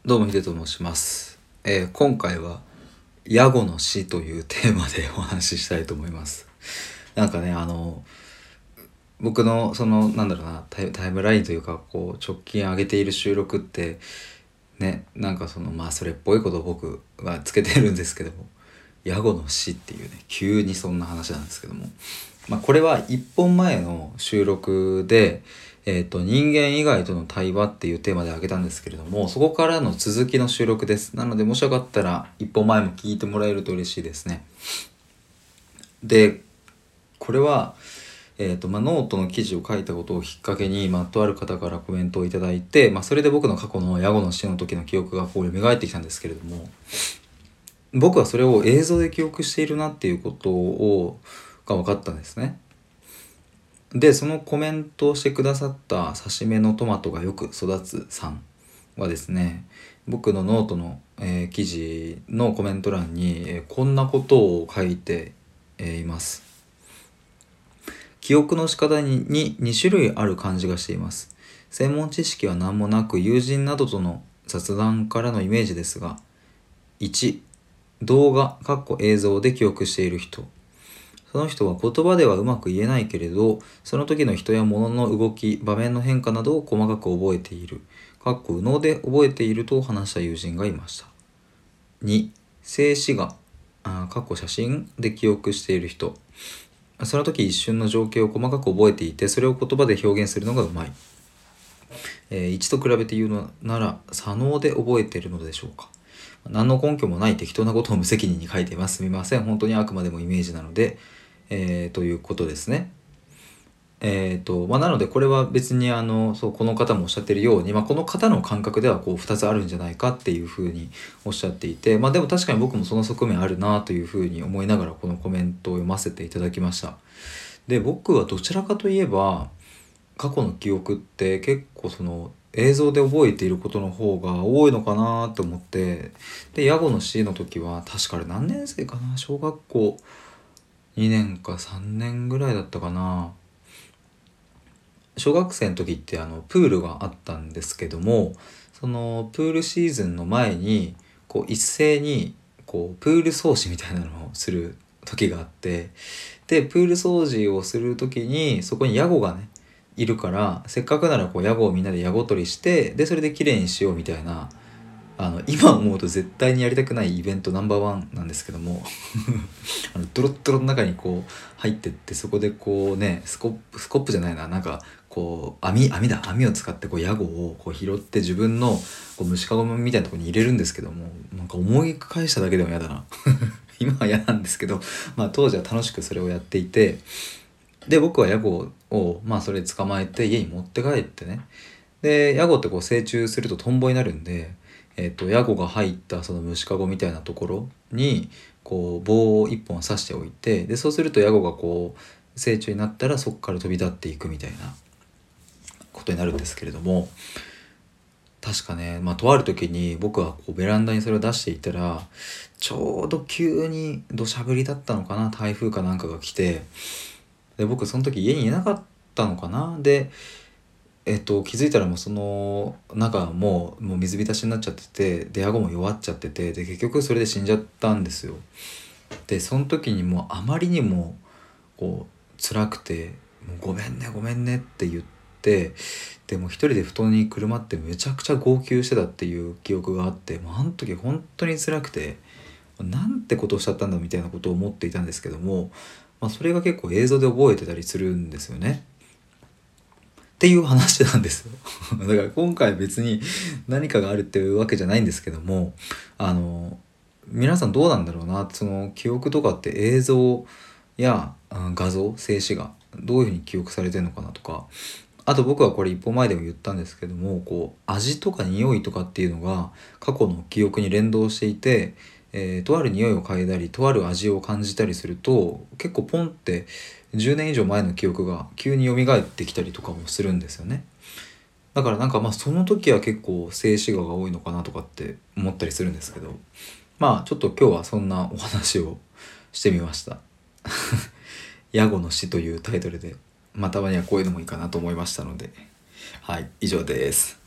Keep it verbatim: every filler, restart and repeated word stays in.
どうもヒデと申します、えー、今回はヤゴの死というテーマでお話ししたいと思います。なんかねあの僕のそのなんだろうなタイ、タイムラインというかこう直近上げている収録ってね、なんかそのまあそれっぽいことを僕はつけてるんですけども、ヤゴの死っていうね急にそんな話なんですけども、まあ、これはいっぽんまえの収録で、えーと、人間以外との対話っていうテーマで挙げたんですけれども、そこからの続きの収録です。なのでもしよかったらいっぽんまえも聞いてもらえると嬉しいですね。でこれは、えーとまあ、ノートの記事を書いたことをきっかけに、まあ、とある方からコメントをいただいて、まあ、それで僕の過去のヤゴの死の時の記憶がこう蘇ってきたんですけれども、僕はそれを映像で記憶しているなっていうことをが分かったんですね。でそのコメントをしてくださった刺し目のトマトがよく育つさんはですね、僕のノートの、えー記事のコメント欄に、えーこんなことを書いて、えーいます。記憶の仕方ににに種類ある感じがしています。専門知識は何もなく友人などとの雑談からのイメージですが、いち動画（映像）で記憶している人。その人は言葉ではうまく言えないけれど、その時の人や物の動き、場面の変化などを細かく覚えている。右脳で覚えていると話した友人がいました。に静止画あ写真で記憶している人。その時一瞬の情景を細かく覚えていて、それを言葉で表現するのがうまい。えー、いちと比べて言うのなら左脳で覚えているのでしょうか。何の根拠もない適当なことを無責任に書いています。すみません。本当にあくまでもイメージなので、えー、ということですね。えーとまあ、なのでこれは別にあのそうこの方もおっしゃってるように、まあ、この方の感覚ではこうふたつあるんじゃないかっていうふうにおっしゃっていて、まあ、でも確かに僕もその側面あるなというふうに思いながらこのコメントを読ませていただきました。で僕はどちらかといえば過去の記憶って結構その映像で覚えていることの方が多いのかなと思って、でヤゴの死の時は確かあれ何年生かな、小学校にねんかさんねんぐらいだったかな。小学生の時ってあのプールがあったんですけども、そのプールシーズンの前にこう一斉にこうプール掃除みたいなのをする時があって、でプール掃除をする時にそこにヤゴがねいるから、せっかくならこうヤゴをみんなでヤゴ取りして、でそれで綺麗にしようみたいな、あの今思うと絶対にやりたくないイベントナンバーワンなんですけどもあのドロッドロの中にこう入ってって、そこでこうねスコップスコップじゃないな、なんかこう網網だ網を使ってこうヤゴをこう拾って自分のこう虫かごみたいなところに入れるんですけども、なんか思い返しただけでも嫌だな今は嫌なんですけど、まあ当時は楽しくそれをやっていて、で僕はヤゴをまあそれ捕まえて家に持って帰ってね、でヤゴってこう成虫するとトンボになるんで、えー、とヤゴが入ったその虫かごみたいなところにこう棒を一本刺しておいて、でそうするとヤゴがこう成虫になったらそこから飛び立っていくみたいなことになるんですけれども、確かね、まあ、とある時に僕はこうベランダにそれを出していたら、ちょうど急に土砂降りだったのかな、台風かなんかが来て、で僕その時家にいなかったのかな。でえっと、気づいたらもうその中もうもう水浸しになっちゃってて、でヤゴも弱っちゃってて、で結局それで死んじゃったんですよ。でその時にもうあまりにもこう辛くて、もうごめんねごめんねって言って、でも一人で布団にくるまってめちゃくちゃ号泣してたっていう記憶があって、もうあの時本当に辛くて、なんてことをしちゃったんだみたいなことを思っていたんですけども、まあ、それが結構映像で覚えてたりするんですよねっていう話なんですよだから今回別に何かがあるっていうわけじゃないんですけども、あの皆さんどうなんだろうな、その記憶とかって映像や画像静止画どういうふうに記憶されてるのかなとか、あと僕はこれ一歩前でも言ったんですけども、こう味とか匂いとかっていうのが過去の記憶に連動していて、えー、とある匂いを嗅いだりとある味を感じたりすると、結構ポンってじゅうねん以上前の記憶が急に蘇ってきたりとかもするんですよね。だからなんかまあその時は結構静止画が多いのかなとかって思ったりするんですけど、まあちょっと今日はそんなお話をしてみましたヤゴの死というタイトルで、まあたまにはこういうのもいいかなと思いましたので、はい、以上です。